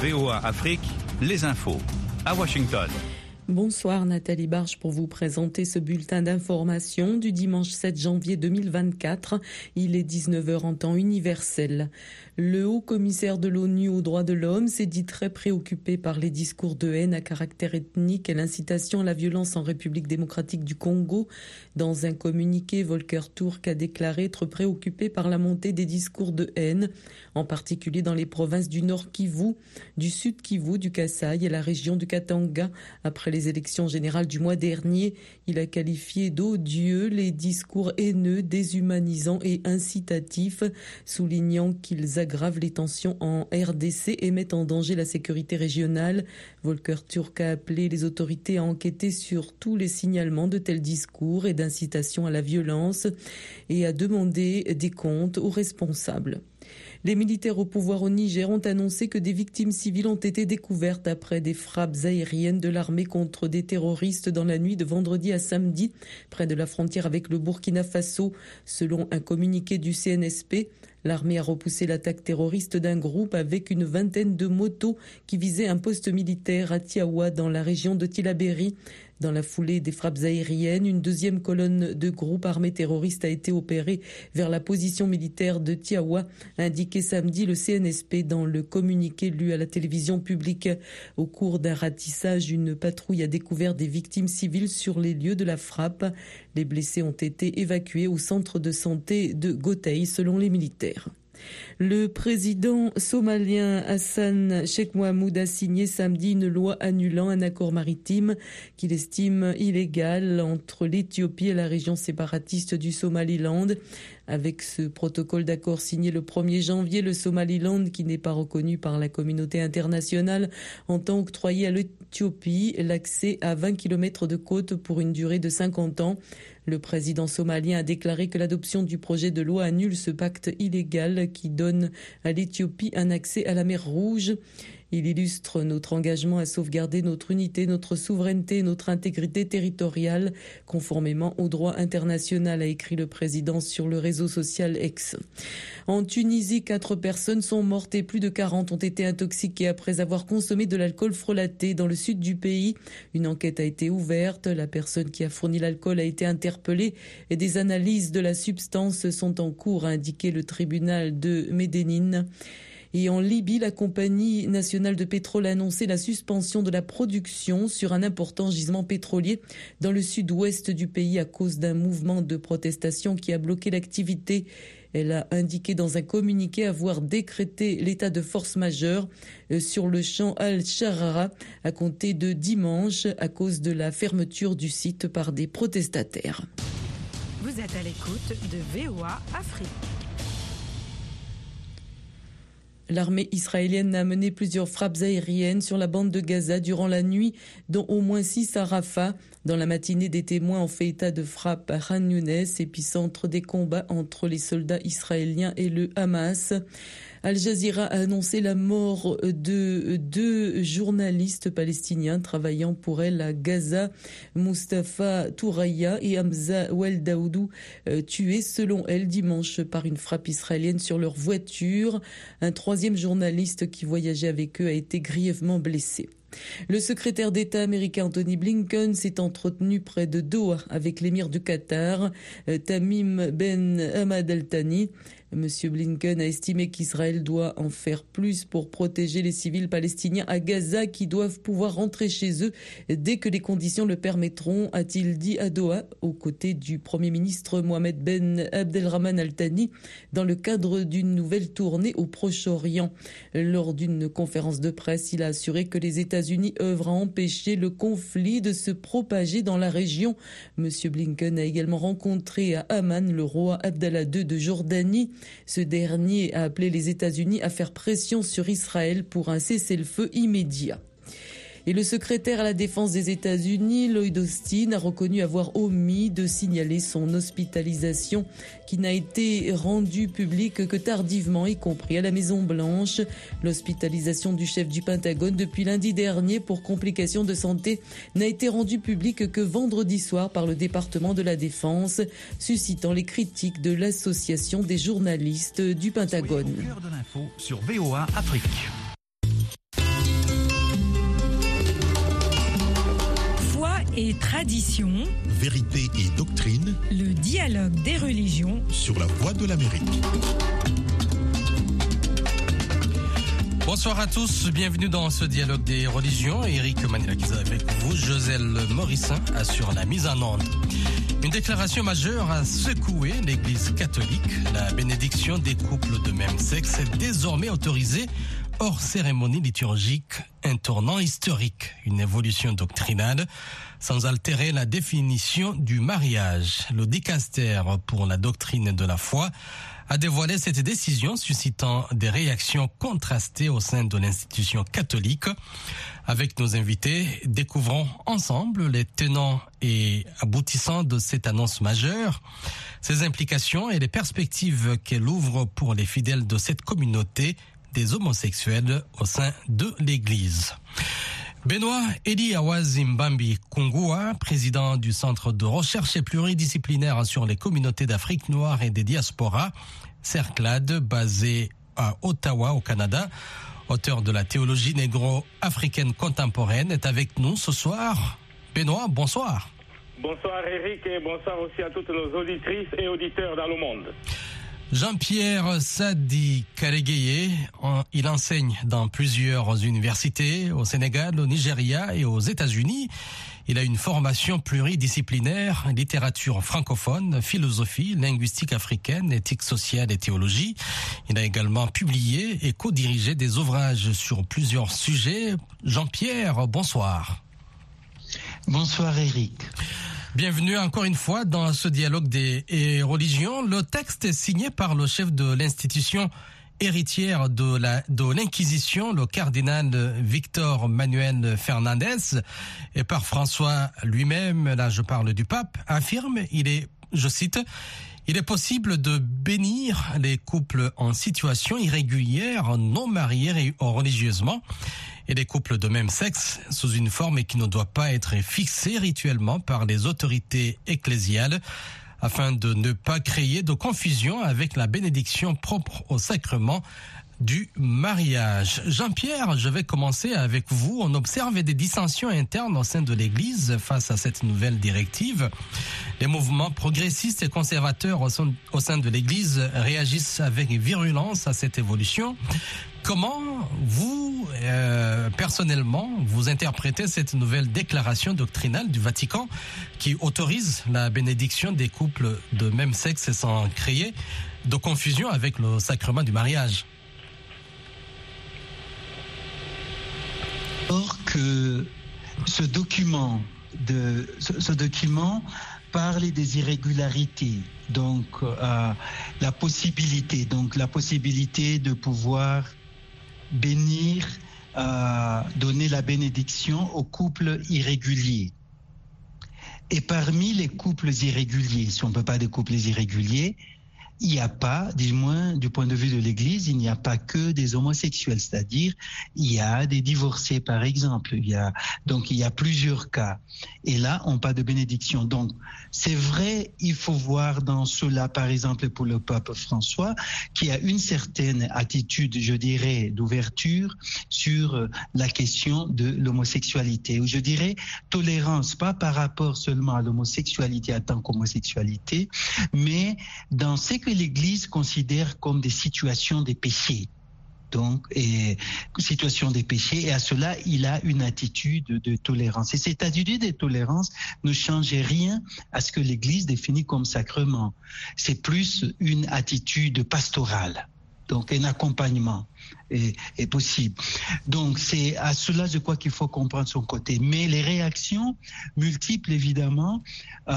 VOA Afrique, les infos. À Washington. Bonsoir Nathalie Barge pour vous présenter ce bulletin d'information du dimanche 7 janvier 2024. Il est 19h en temps universel. Le haut-commissaire de l'ONU aux droits de l'homme s'est dit très préoccupé par les discours de haine à caractère ethnique et l'incitation à la violence en République démocratique du Congo. Dans un communiqué, Volker Turk a déclaré être préoccupé par la montée des discours de haine, en particulier dans les provinces du Nord Kivu, du Sud Kivu, du Kasaï et la région du Katanga. Après les élections générales du mois dernier, il a qualifié d'odieux les discours haineux, déshumanisants et incitatifs, soulignant qu'ils aggravent les tensions en RDC et mettent en danger la sécurité régionale. Volker Turk a appelé les autorités à enquêter sur tous les signalements de tels discours et d'incitation à la violence et à demander des comptes aux responsables. Les militaires au pouvoir au Niger ont annoncé que des victimes civiles ont été découvertes après des frappes aériennes de l'armée contre des terroristes dans la nuit de vendredi à samedi, près de la frontière avec le Burkina Faso. Selon un communiqué du CNSP, l'armée a repoussé l'attaque terroriste d'un groupe avec une vingtaine de motos qui visaient un poste militaire à Tiawa dans la région de Tillabéri. Dans la foulée des frappes aériennes, une deuxième colonne de groupes armés terroristes a été opérée vers la position militaire de Tiawa, a indiqué samedi le CNSP dans le communiqué lu à la télévision publique. Au cours d'un ratissage, une patrouille a découvert des victimes civiles sur les lieux de la frappe. Les blessés ont été évacués au centre de santé de Gotei, selon les militaires. Le président somalien Hassan Sheikh Mohamud a signé samedi une loi annulant un accord maritime qu'il estime illégal entre l'Éthiopie et la région séparatiste du Somaliland. Avec ce protocole d'accord signé le 1er janvier, le Somaliland, qui n'est pas reconnu par la communauté internationale, entend octroyer à l'Éthiopie l'accès à 20 km de côte pour une durée de 50 ans. Le président somalien a déclaré que l'adoption du projet de loi annule ce pacte illégal qui donne à l'Éthiopie un accès à la mer Rouge. Il illustre notre engagement à sauvegarder notre unité, notre souveraineté et notre intégrité territoriale, conformément au droit international, a écrit le président sur le réseau social X. En Tunisie, 4 personnes sont mortes et plus de 40 ont été intoxiquées après avoir consommé de l'alcool frelaté dans le sud du pays. Une enquête a été ouverte. La personne qui a fourni l'alcool a été interpellée et des analyses de la substance sont en cours, a indiqué le tribunal de Médénine. Et en Libye, la compagnie nationale de pétrole a annoncé la suspension de la production sur un important gisement pétrolier dans le sud-ouest du pays à cause d'un mouvement de protestation qui a bloqué l'activité. Elle a indiqué dans un communiqué avoir décrété l'état de force majeure sur le champ Al-Sharara à compter de dimanche à cause de la fermeture du site par des protestataires. Vous êtes à l'écoute de VOA Afrique. L'armée israélienne a mené plusieurs frappes aériennes sur la bande de Gaza durant la nuit, dont au moins 6 à Rafah. Dans la matinée, des témoins ont fait état de frappes à Khan Younes, épicentre des combats entre les soldats israéliens et le Hamas. Al Jazeera a annoncé la mort de 2 journalistes palestiniens travaillant pour elle à Gaza, Mustafa Touraya et Hamza Weldaoudou, tués selon elle dimanche par une frappe israélienne sur leur voiture. Un 3e journaliste qui voyageait avec eux a été grièvement blessé. Le secrétaire d'État américain Anthony Blinken s'est entretenu près de Doha avec l'émir du Qatar, Tamim Ben Hamad Al Thani. Monsieur Blinken a estimé qu'Israël doit en faire plus pour protéger les civils palestiniens à Gaza qui doivent pouvoir rentrer chez eux dès que les conditions le permettront, a-t-il dit à Doha, aux côtés du Premier ministre Mohamed Ben Abdelrahman Al Thani, dans le cadre d'une nouvelle tournée au Proche-Orient. Lors d'une conférence de presse, il a assuré que les États-Unis œuvrent à empêcher le conflit de se propager dans la région. Monsieur Blinken a également rencontré à Amman le roi Abdallah II de Jordanie. Ce dernier a appelé les États-Unis à faire pression sur Israël pour un cessez-le-feu immédiat. Et le secrétaire à la défense des États-Unis, Lloyd Austin, a reconnu avoir omis de signaler son hospitalisation qui n'a été rendue publique que tardivement, y compris à la Maison-Blanche. L'hospitalisation du chef du Pentagone depuis lundi dernier pour complications de santé n'a été rendue publique que vendredi soir par le département de la Défense, suscitant les critiques de l'association des journalistes du Pentagone. Soyez au cœur de l'info sur VOA Afrique. et tradition, vérité et doctrine, le dialogue des religions sur la Voix de l'Amérique. Bonsoir à tous, bienvenue dans ce dialogue des religions. Eric Manilakiza avec vous, Joselle Morissin assure la mise en onde. Une déclaration majeure a secoué l'Église catholique. La bénédiction des couples de même sexe est désormais autorisée hors cérémonie liturgique, un tournant historique, une évolution doctrinale sans altérer la définition du mariage. Le dicaster pour la doctrine de la foi a dévoilé cette décision suscitant des réactions contrastées au sein de l'institution catholique. Avec nos invités, découvrons ensemble les tenants et aboutissants de cette annonce majeure, ses implications et les perspectives qu'elle ouvre pour les fidèles de cette communauté des homosexuels au sein de l'Église. Benoît Eli Awazimbambi Kungua, président du Centre de recherche pluridisciplinaire sur les communautés d'Afrique noire et des diasporas, CERCLAD, basé à Ottawa, au Canada, auteur de la théologie négro-africaine contemporaine, est avec nous ce soir. Benoît, bonsoir. Bonsoir Eric et bonsoir aussi à toutes nos auditrices et auditeurs dans le monde. Jean-Pierre Sadi Karegeye, il enseigne dans plusieurs universités au Sénégal, au Nigeria et aux États-Unis. Il a une formation pluridisciplinaire, littérature francophone, philosophie, linguistique africaine, éthique sociale et théologie. Il a également publié et co-dirigé des ouvrages sur plusieurs sujets. Jean-Pierre, bonsoir. Bonsoir Eric. Bienvenue encore une fois dans ce dialogue des religions. Le texte est signé par le chef de l'institution héritière de l'Inquisition, le cardinal Victor Manuel Fernandez, et par François lui-même, là je parle du pape, affirme, je cite, « Il est possible de bénir les couples en situation irrégulière, non mariés religieusement, et les couples de même sexe sous une forme qui ne doit pas être fixée rituellement par les autorités ecclésiales afin de ne pas créer de confusion avec la bénédiction propre au sacrement du mariage. » Jean-Pierre, je vais commencer avec vous. On observe des dissensions internes au sein de l'Église face à cette nouvelle directive. Les mouvements progressistes et conservateurs au sein de l'Église réagissent avec virulence à cette évolution. Comment vous, personnellement, vous interprétez cette nouvelle déclaration doctrinale du Vatican qui autorise la bénédiction des couples de même sexe sans créer de confusion avec le sacrement du mariage? Or que ce document parle des irrégularités, donc la possibilité de pouvoir bénir, donner la bénédiction aux couples irréguliers. Et parmi les couples irréguliers, si on ne peut pas des couples irréguliers, il n'y a pas, du moins du point de vue de l'Église, il n'y a pas que des homosexuels, c'est-à-dire il y a des divorcés par exemple, il y a plusieurs cas. Et là, on parle de bénédiction. Donc, c'est vrai, il faut voir dans cela, par exemple, pour le pape François, qui a une certaine attitude, je dirais, d'ouverture sur la question de l'homosexualité. Ou je dirais, tolérance, pas par rapport seulement à l'homosexualité en tant qu'homosexualité, mais dans ce que l'Église considère comme des situations des péchés. Donc, situation des péchés, et à cela, il a une attitude de tolérance. Et cette attitude de tolérance ne change rien à ce que l'Église définit comme sacrement. C'est plus une attitude pastorale. Donc, un accompagnement est possible. Donc, c'est à cela, je crois qu'il faut comprendre son côté. Mais les réactions multiples, évidemment,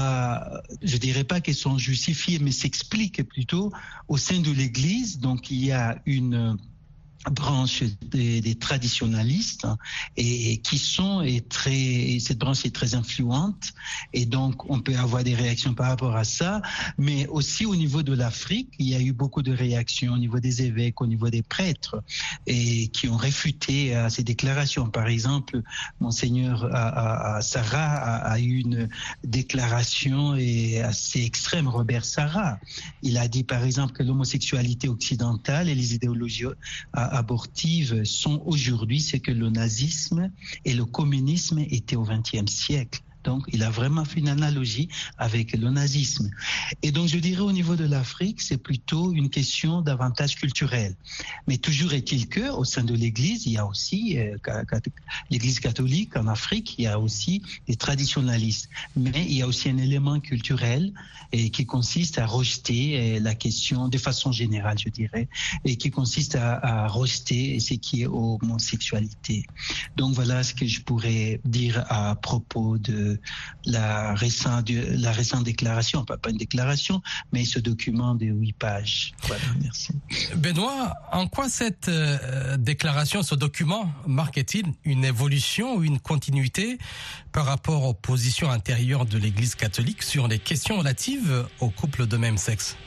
je dirais pas qu'elles sont justifiées, mais s'expliquent plutôt au sein de l'Église. Donc, il y a une branche des traditionalistes et qui sont cette branche est très influente et donc on peut avoir des réactions par rapport à ça, mais aussi au niveau de l'Afrique, il y a eu beaucoup de réactions au niveau des évêques, au niveau des prêtres et qui ont réfuté ces déclarations. Par exemple, Monseigneur Sarah a eu une déclaration assez extrême, Robert Sarah. Il a dit par exemple que l'homosexualité occidentale et les idéologies abortives sont aujourd'hui ce que le nazisme et le communisme étaient au XXe siècle. Donc, il a vraiment fait une analogie avec le nazisme. Et donc, je dirais au niveau de l'Afrique, c'est plutôt une question davantage culturelle. Mais toujours est-il que, au sein de l'Église, il y a aussi, l'Église catholique en Afrique, il y a aussi des traditionalistes. Mais il y a aussi un élément culturel et qui consiste à rejeter la question de façon générale, je dirais, et qui consiste à rejeter ce qui est homosexualité. Donc, voilà ce que je pourrais dire à propos de la récente déclaration, pas une déclaration, mais ce document de 8 pages. Voilà, merci. Benoît, en quoi cette déclaration, ce document, marque-t-il une évolution ou une continuité par rapport aux positions intérieures de l'Église catholique sur les questions relatives aux couples de même sexe?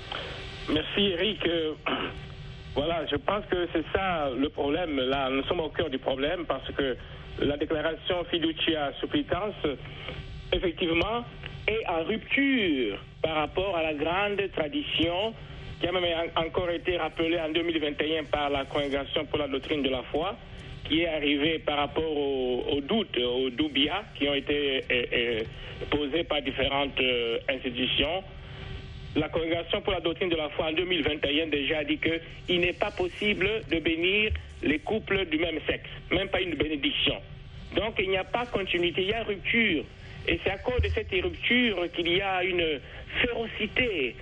Merci Eric. Voilà, je pense que c'est ça le problème. Là, nous sommes au cœur du problème parce que la déclaration Fiducia Supplicans, effectivement, est en rupture par rapport à la grande tradition qui a même encore été rappelée en 2021 par la Congrégation pour la doctrine de la foi, qui est arrivée par rapport aux doutes, aux doubias qui ont été posés par différentes institutions. La Congrégation pour la doctrine de la foi en 2021 déjà a dit qu'il n'est pas possible de bénir les couples du même sexe, même pas une bénédiction. Donc il n'y a pas continuité, il y a rupture. Et c'est à cause de cette rupture qu'il y a une férocité,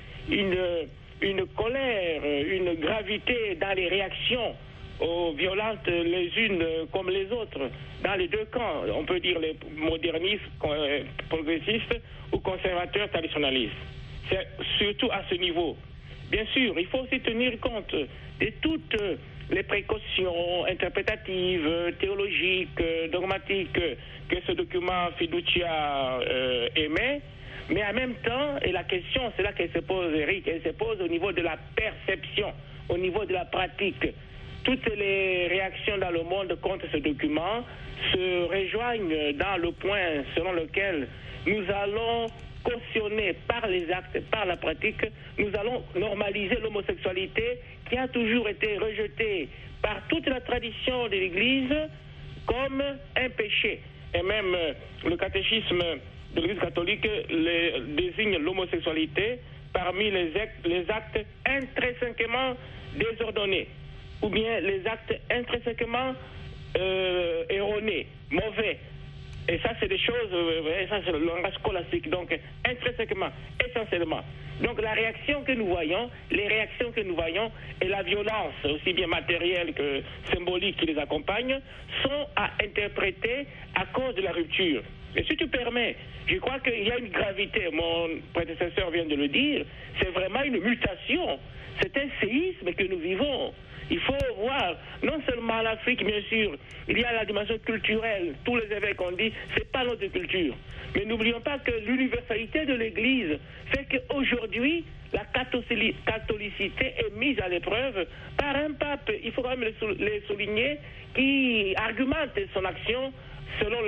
une colère, une gravité dans les réactions violentes les unes comme les autres, dans les deux camps. On peut dire les modernistes, progressistes ou conservateurs traditionnalistes. C'est surtout à ce niveau. Bien sûr, il faut aussi tenir compte de toutes les précautions interprétatives, théologiques, dogmatiques que ce document Fiducia émet, mais en même temps, et la question, c'est là qu'elle se pose, Eric, elle se pose au niveau de la perception, au niveau de la pratique. Toutes les réactions dans le monde contre ce document se rejoignent dans le point selon lequel nous allons cautionner par les actes, par la pratique, nous allons normaliser l'homosexualité qui a toujours été rejetée par toute la tradition de l'Église comme un péché. Et même le catéchisme de l'Église catholique désigne l'homosexualité parmi les actes intrinsèquement désordonnés, ou bien les actes intrinsèquement erronés, mauvais. Et ça, c'est des choses, ça c'est le langage scolastique, donc intrinsèquement, essentiellement. Donc la réaction que nous voyons, les réactions que nous voyons et la violence, aussi bien matérielle que symbolique qui les accompagne, sont à interpréter à cause de la rupture. Et si tu permets, je crois qu'il y a une gravité, mon prédécesseur vient de le dire, c'est vraiment une mutation, c'est un séisme que nous vivons. Il faut voir, non seulement l'Afrique, bien sûr, il y a la dimension culturelle. Tous les évêques ont dit, c'est pas notre culture. Mais n'oublions pas que l'universalité de l'Église fait qu'aujourd'hui, la catholicité est mise à l'épreuve par un pape, il faut quand même les souligner, qui argumente son action selon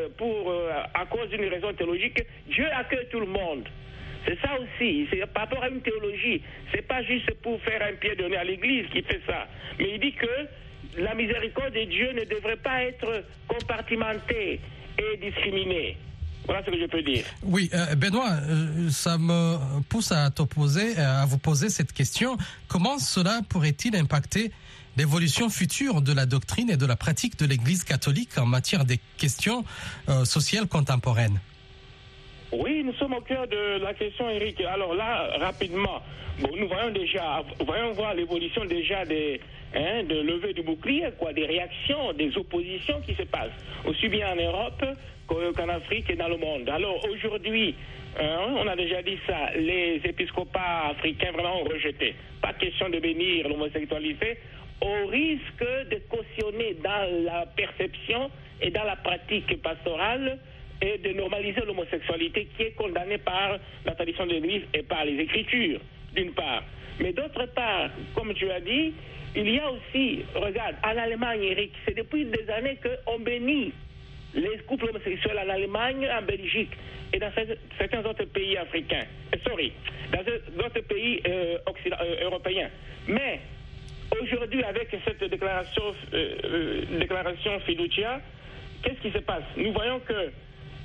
à cause d'une raison théologique. Dieu accueille tout le monde. C'est ça aussi, c'est par rapport à une théologie. C'est pas juste pour faire un pied de nez à l'Église qui fait ça. Mais il dit que la miséricorde de Dieu ne devrait pas être compartimentée et discriminée. Voilà ce que je peux dire. Oui, Benoît, ça me pousse à vous poser cette question. Comment cela pourrait-il impacter l'évolution future de la doctrine et de la pratique de l'Église catholique en matière des questions sociales contemporaines? Oui, nous sommes au cœur de la question, Eric. Alors là, rapidement, nous voyons voir l'évolution déjà de levée du bouclier, des réactions, des oppositions qui se passent, aussi bien en Europe qu'en Afrique et dans le monde. Alors aujourd'hui, on a déjà dit ça, les épiscopats africains vraiment ont rejeté. Pas question de bénir l'homosexualité, au risque de cautionner dans la perception et dans la pratique pastorale et de normaliser l'homosexualité qui est condamnée par la tradition de l'Église et par les Écritures, d'une part. Mais d'autre part, comme tu as dit, il y a aussi, regarde, en Allemagne, Eric, c'est depuis des années qu'on bénit les couples homosexuels en Allemagne, en Belgique et dans certains autres pays africains. Dans d'autres pays européens. Mais aujourd'hui, avec cette déclaration Fiducia, qu'est-ce qui se passe? Nous voyons que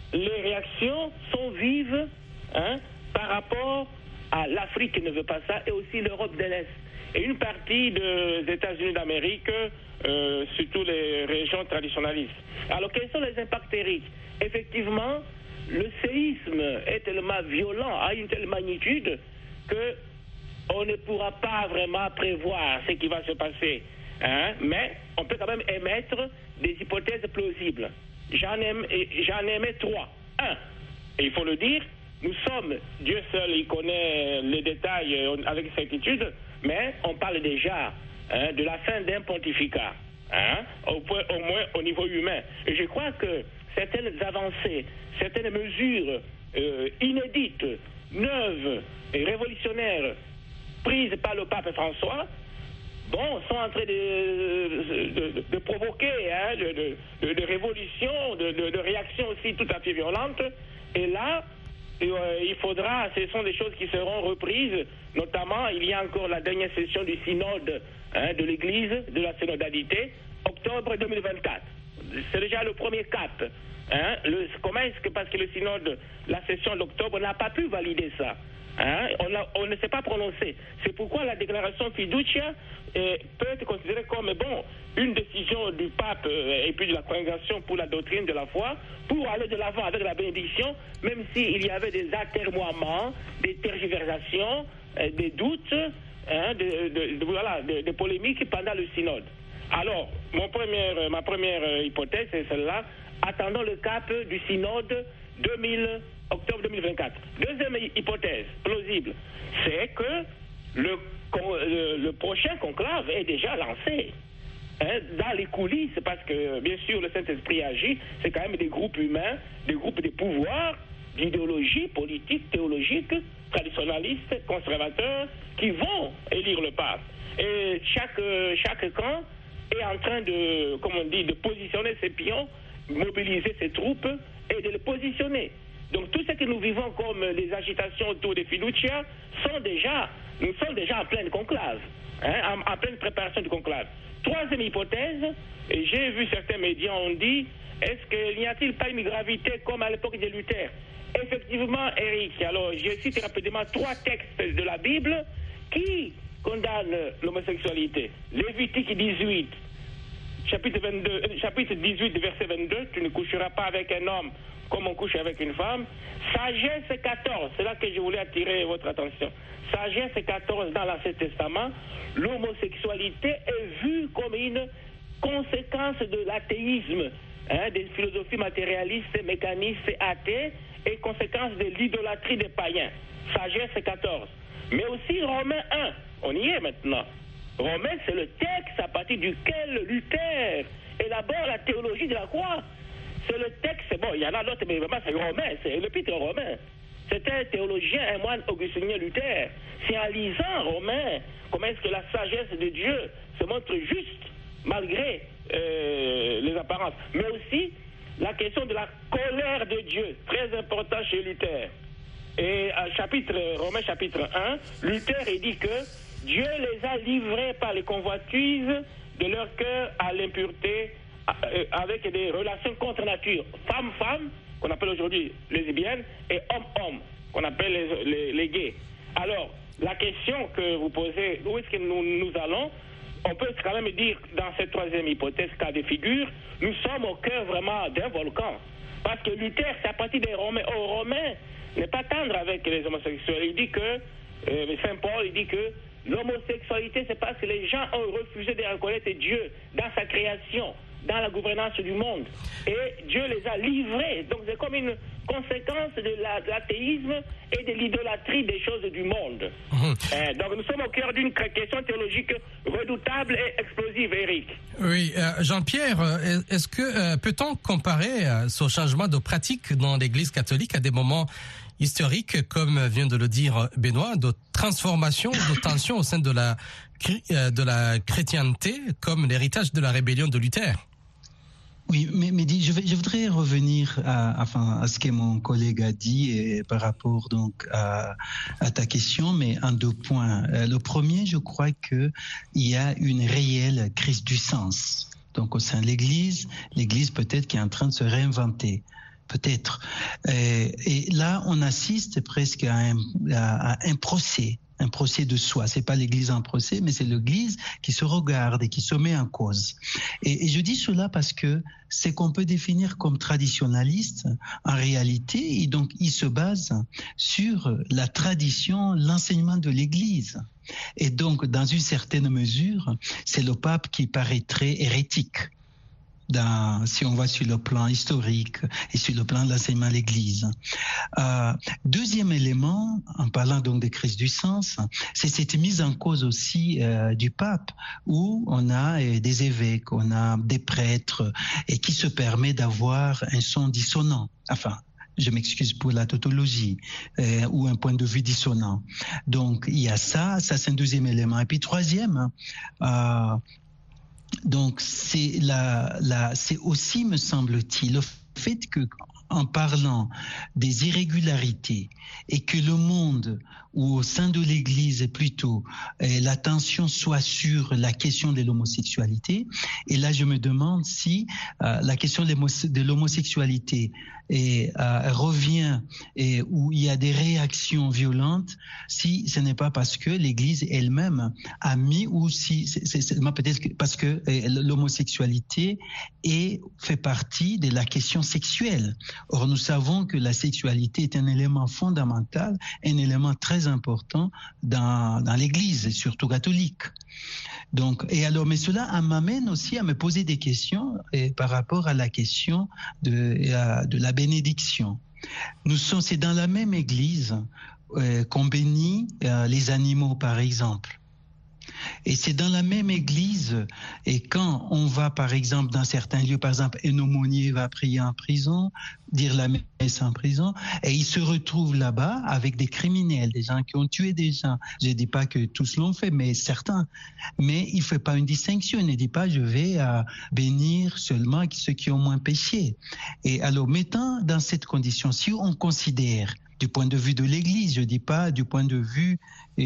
les réactions sont vives par rapport à l'Afrique qui ne veut pas ça et aussi l'Europe de l'Est. Et une partie des États-Unis d'Amérique, surtout les régions traditionnalistes. Alors, quels sont les impacts, Eric? Effectivement, le séisme est tellement violent, à une telle magnitude, qu'on ne pourra pas vraiment prévoir ce qui va se passer. Mais on peut quand même émettre des hypothèses plausibles. J'en émets 3. 1, et il faut le dire, nous sommes, Dieu seul, il connaît les détails avec certitude, mais on parle déjà de la fin d'un pontificat, au moins au niveau humain. Et je crois que certaines avancées, certaines mesures inédites, neuves et révolutionnaires prises par le pape François, sont en train de provoquer de révolutions, de réactions aussi tout à fait violentes. Et là, il faudra, ce sont des choses qui seront reprises, notamment il y a encore la dernière session du synode de l'Église, de la synodalité, octobre 2024. C'est déjà le premier cap. Comment est-ce que, parce que le synode, la session d'octobre n'a pas pu valider ça. On ne s'est pas prononcé. C'est pourquoi la déclaration fiducia peut être considérée comme une décision du pape et puis de la congrégation pour la doctrine de la foi pour aller de l'avant avec la bénédiction, même s'il y avait des atermoiements, des tergiversations, des doutes, des polémiques pendant le synode. Alors, ma première hypothèse, c'est celle-là. Attendons le cap du synode octobre 2024. Deuxième hypothèse plausible, c'est que le prochain conclave est déjà lancé. Dans les coulisses, parce que bien sûr le Saint-Esprit agit, c'est quand même des groupes humains, des groupes de pouvoir, d'idéologie politique, théologique, traditionnalistes, conservateurs, qui vont élire le pape. Et chaque camp est en train de, comme on dit, de positionner ses pions, mobiliser ses troupes et de les positionner. Donc tout ce que nous vivons comme les agitations autour des fiducia nous sommes déjà en pleine conclave, en pleine préparation du conclave. Troisième hypothèse, et j'ai vu certains médias ont dit, n'y a-t-il pas une gravité comme à l'époque de Luther? Effectivement, Eric, alors je cite rapidement 3 textes de la Bible qui condamnent l'homosexualité. Lévitique 18, chapitre 18, verset 22, tu ne coucheras pas avec un homme comme on couche avec une femme. Sagesse 14, c'est là que je voulais attirer votre attention. Sagesse 14 dans l'Ancien Testament, l'homosexualité est vue comme une conséquence de l'athéisme, des philosophies matérialistes, mécanistes, athées, et conséquence de l'idolâtrie des païens. Sagesse 14. Mais aussi Romains 1, on y est maintenant. Romains, c'est le texte à partir duquel Luther élabore la théologie de la croix. C'est le texte, il y en a d'autres, mais vraiment c'est Romain, c'est l'épître Romain. C'était un théologien, un moine augustinien Luther. C'est en lisant Romain comment est-ce que la sagesse de Dieu se montre juste malgré les apparences. Mais aussi la question de la colère de Dieu, très important chez Luther. Et Romains chapitre 1, Luther il dit que Dieu les a livrés par les convoitises de leur cœur à l'impureté, avec des relations contre nature, femme-femme, qu'on appelle aujourd'hui lesbiennes, et homme-homme, qu'on appelle les gays. Alors, la question que vous posez, où est-ce que nous allons? On peut quand même dire, dans cette troisième hypothèse, cas de figure, nous sommes au cœur vraiment d'un volcan. Parce que Luther, c'est à partir des Romains. Romain n'est pas tendre avec les homosexuels. Il dit que, Saint Paul, il dit que l'homosexualité, c'est parce que les gens ont refusé de reconnaître Dieu dans sa création, dans la gouvernance du monde. Et Dieu les a livrés. Donc c'est comme une conséquence de l'athéisme et de l'idolâtrie des choses du monde. Donc nous sommes au cœur d'une question théologique redoutable et explosive, Eric. Oui, Jean-Pierre, est-ce que peut-on comparer ce changement de pratique dans l'Église catholique à des moments historiques, comme vient de le dire Benoît, de transformation, de tension au sein de la chrétienté, comme l'héritage de la rébellion de Luther? Oui, mais je voudrais revenir à ce que mon collègue a dit et par rapport donc à ta question, mais en 2 points. Le premier, je crois que il y a une réelle crise du sens. Donc au sein de l'Église peut-être qui est en train de se réinventer. peut-être. Et là, on assiste presque à un procès. Un procès de soi. C'est pas l'Église en procès, mais c'est l'Église qui se regarde et qui se met en cause. Et je dis cela parce que c'est qu'on peut définir comme traditionnaliste, en réalité, et donc il se base sur la tradition, l'enseignement de l'Église. Et donc, dans une certaine mesure, c'est le pape qui paraîtrait hérétique. Si on va sur le plan historique et sur le plan de l'enseignement de l'Église. Deuxième élément, en parlant donc des crises du sens, c'est cette mise en cause aussi du pape, où on a des évêques, on a des prêtres, et qui se permet d'avoir un son dissonant. Enfin, je m'excuse pour la tautologie, ou un point de vue dissonant. Donc, il y a ça c'est un deuxième élément. Et puis troisième, donc c'est aussi, me semble-t-il, le fait que en parlant des irrégularités et que le monde ou au sein de l'Église plutôt l'attention soit sur la question de l'homosexualité. Et là, je me demande si la question de l'homosexualité revient où il y a des réactions violentes, si ce n'est pas parce que l'Église elle-même a mis, ou si c'est seulement peut-être parce que l'homosexualité fait partie de la question sexuelle. Or, nous savons que la sexualité est un élément fondamental, un élément très important dans l'Église, surtout catholique. Donc, mais cela m'amène aussi à me poser des questions par rapport à la question de la bénédiction. C'est dans la même Église qu'on bénit les animaux, par exemple. Et c'est dans la même église, et quand on va par exemple dans certains lieux, par exemple un aumônier va prier en prison, dire la messe en prison, et il se retrouve là-bas avec des criminels, des gens qui ont tué des gens. Je ne dis pas que tous l'ont fait, mais certains. Mais il ne fait pas une distinction, il ne dit pas je vais bénir seulement ceux qui ont moins péché. Et alors mettant dans cette condition, si on considère du point de vue de l'Église, je ne dis pas du point de vue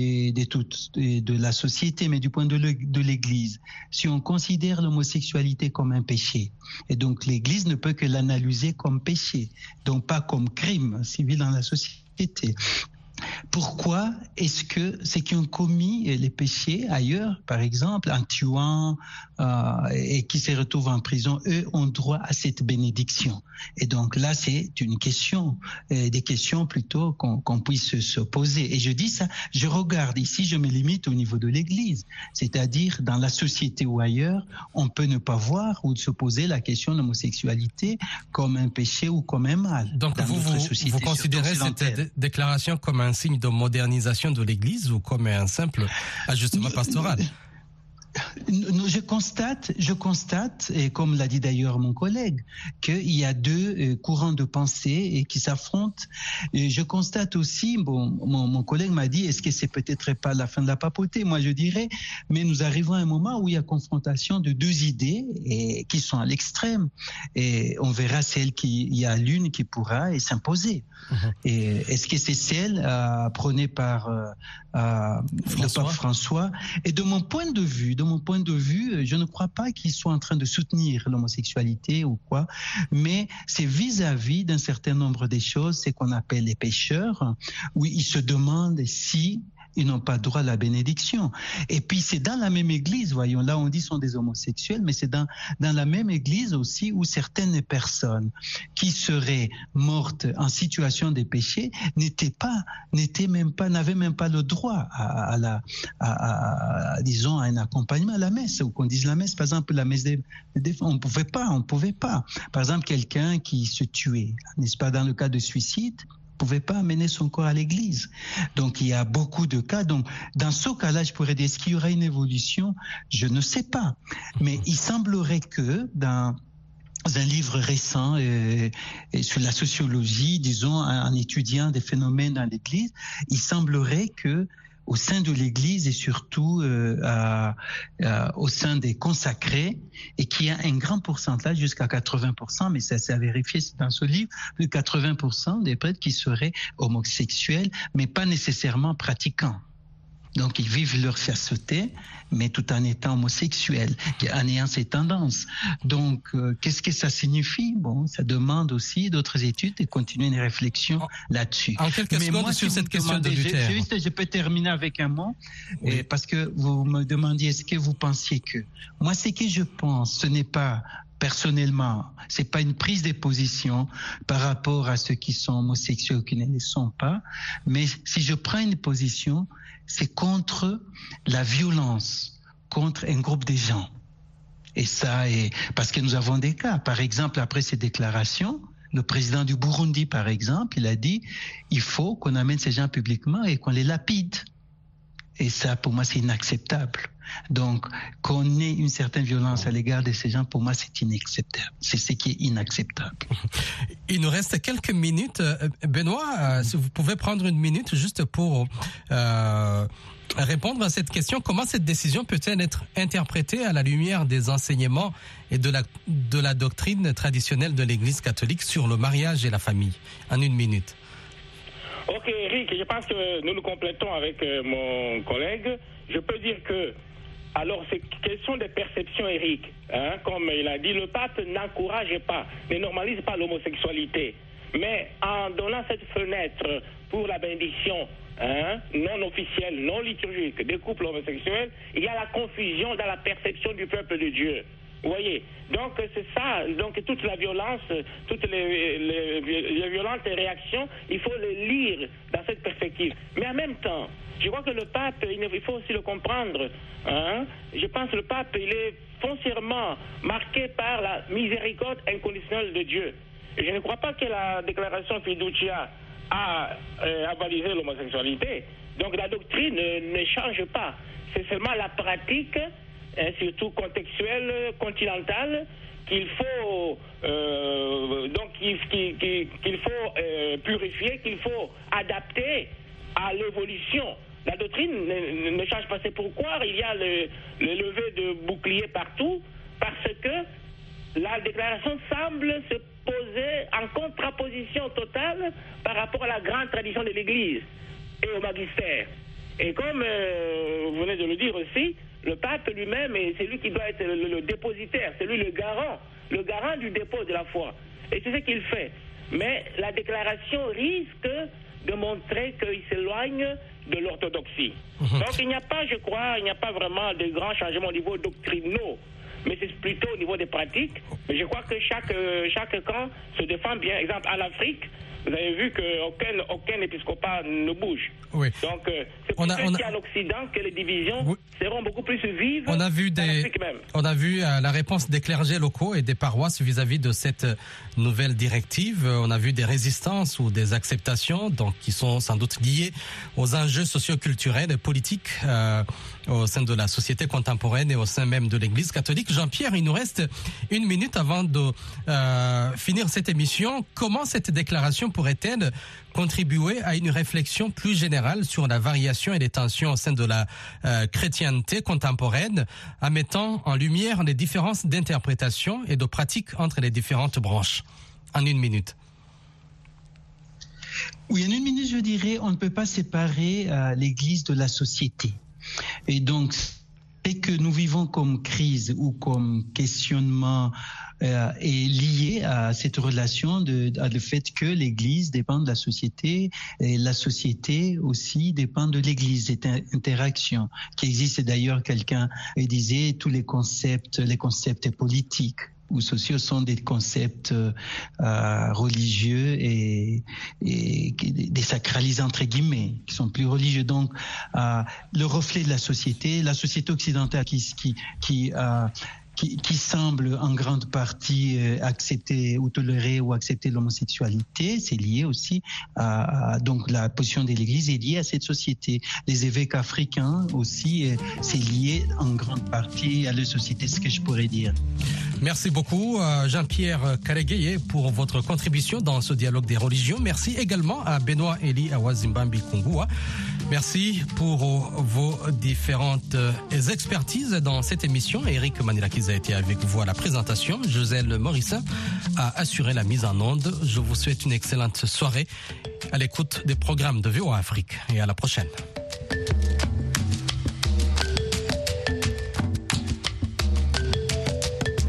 de la société, mais du point de l'Église. Si on considère l'homosexualité comme un péché, et donc l'Église ne peut que l'analyser comme péché, donc pas comme crime civil dans la société. Pourquoi est-ce que ceux qui ont commis les péchés ailleurs, par exemple, en tuant et qui se retrouvent en prison, eux ont droit à cette bénédiction? Et donc là, c'est une question, des questions plutôt qu'on puisse se poser. Et je dis ça, je regarde ici, je me limite au niveau de l'Église, c'est-à-dire dans la société ou ailleurs, on peut ne pas voir ou se poser la question de l'homosexualité comme un péché ou comme un mal. Donc vous considérez cette déclaration comme un signe de modernisation de l'Église ou comme un simple ajustement pastoral? Je constate, et comme l'a dit d'ailleurs mon collègue, qu'il y a deux courants de pensée qui s'affrontent. Et je constate aussi, mon collègue m'a dit, est-ce que c'est peut-être pas la fin de la papauté? Moi, je dirais, mais nous arrivons à un moment où il y a confrontation de deux idées qui sont à l'extrême. Et on verra il y a l'une qui pourra s'imposer. Et est-ce que c'est celle prônée par le pape François? Et de mon point de vue, je ne crois pas qu'il soit en train de soutenir l'homosexualité ou quoi, mais c'est vis-à-vis d'un certain nombre des choses, c'est qu'on appelle les pécheurs, où ils se demandent si ils n'ont pas droit à la bénédiction. Et puis c'est dans la même église, voyons, là on dit sont des homosexuels, mais c'est dans la même église aussi où certaines personnes qui seraient mortes en situation de péché n'avaient même pas le droit à disons, à un accompagnement à la messe, ou qu'on dise la messe, par exemple la messe on pouvait pas. Par exemple, quelqu'un qui se tuait, n'est-ce pas, dans le cas de suicide, pouvait pas amener son corps à l'église. Donc il y a beaucoup de cas. Donc dans ce cas-là, je pourrais dire, est-ce qu'il y aura une évolution? Je ne sais pas. Mais il semblerait que dans un livre récent sur la sociologie, disons, en étudiant des phénomènes dans l'église, il semblerait que au sein de l'Église et surtout au sein des consacrés, et qu'il y a un grand pourcentage, jusqu'à 80%, mais ça s'est vérifié dans ce livre, plus de 80% des prêtres qui seraient homosexuels, mais pas nécessairement pratiquants. Donc, ils vivent leur chasteté, mais tout en étant homosexuels, en ayant ces tendances. Donc, qu'est-ce que ça signifie? Bon, ça demande aussi d'autres études et continuer une réflexion là-dessus. En quelques secondes sur cette question de Luther. Je peux terminer avec un mot, oui. Parce que vous me demandiez, est-ce que vous pensiez que... Moi, ce que je pense, ce n'est pas... Personnellement, c'est pas une prise de position par rapport à ceux qui sont homosexuels ou qui ne le sont pas, mais si je prends une position, c'est contre la violence, contre un groupe de gens. Et ça est parce que nous avons des cas. Par exemple, après ces déclarations, le président du Burundi, par exemple, il a dit il faut qu'on amène ces gens publiquement et qu'on les lapide. Et ça, pour moi, c'est inacceptable. Donc, qu'on ait une certaine violence à l'égard de ces gens, pour moi, c'est inacceptable. C'est ce qui est inacceptable. Il nous reste quelques minutes. Benoît, si vous pouvez prendre une minute juste pour répondre à cette question. Comment cette décision peut-elle être interprétée à la lumière des enseignements et de la doctrine traditionnelle de l'Église catholique sur le mariage et la famille? En une minute. Ok, Eric, je pense que nous complétons avec mon collègue. Je peux dire que, alors, c'est question de perception, Eric. Comme il a dit, le pape n'encourage pas, ne normalise pas l'homosexualité. Mais en donnant cette fenêtre pour la bénédiction non officielle, non liturgique des couples homosexuels, il y a la confusion dans la perception du peuple de Dieu. Vous voyez, donc c'est ça, donc toute la violence, toutes les violentes réactions, il faut les lire dans cette perspective. Mais en même temps, je crois que le pape, il faut aussi le comprendre. Je pense que le pape, il est foncièrement marqué par la miséricorde inconditionnelle de Dieu. Et je ne crois pas que la déclaration Fiducia a avalisé l'homosexualité. Donc la doctrine ne change pas. C'est seulement la pratique, surtout contextuelle, continentale, qu'il faut qu'il faut purifier, qu'il faut adapter à l'évolution. La doctrine ne change pas. C'est pourquoi il y a le lever de bouclier partout, parce que la déclaration semble se poser en contraposition totale par rapport à la grande tradition de l'Église et au magistère. Et comme vous venez de le dire aussi, le pape lui-même, c'est lui qui doit être le dépositaire, c'est lui le garant du dépôt de la foi. Et c'est ce qu'il fait. Mais la déclaration risque de montrer qu'il s'éloigne de l'orthodoxie. Donc il n'y a pas, je crois, vraiment de grands changements au niveau doctrinaux, mais c'est plutôt au niveau des pratiques. Mais je crois que chaque camp se défend bien. Exemple, en Afrique, vous avez vu qu'aucun épiscopat ne bouge. Oui. Donc, c'est pour ça qu'à l'Occident que les divisions seront beaucoup plus vives. On a vu la réponse des clergés locaux et des paroisses vis-à-vis de cette nouvelle directive. On a vu des résistances ou des acceptations, donc qui sont sans doute liées aux enjeux socio-culturels et politiques au sein de la société contemporaine et au sein même de l'Église catholique. Jean-Pierre, il nous reste une minute avant de finir cette émission. Comment cette déclaration pourrait-elle contribuer à une réflexion plus générale sur la variation et les tensions au sein de la chrétienté contemporaine, en mettant en lumière les différences d'interprétation et de pratique entre les différentes branches? En une minute. Oui, en une minute, je dirais, on ne peut pas séparer l'Église de la société. Et donc, ce que nous vivons comme crise ou comme questionnement est lié à cette relation, à le fait que l'Église dépend de la société et la société aussi dépend de l'Église. C'est une interaction qui existe. D'ailleurs, quelqu'un disait tous les concepts politiques ou sociaux sont des concepts religieux et désacralisés entre guillemets, qui sont plus religieux. Donc, le reflet de la société occidentale qui semble en grande partie accepter ou tolérer ou accepter l'homosexualité, c'est lié aussi à donc la position de l'Église est liée à cette société. Les évêques africains aussi, c'est lié en grande partie à la société, ce que je pourrais dire. Merci beaucoup Jean-Pierre Karegueye pour votre contribution dans ce dialogue des religions. Merci également à Benoît Eli Awazimbambi Kungua. Merci pour vos différentes expertises dans cette émission. Eric Manilakis a été avec vous à la présentation. Joselle Morissin a assuré la mise en onde. Je vous souhaite une excellente soirée à l'écoute des programmes de VOA Afrique et à la prochaine.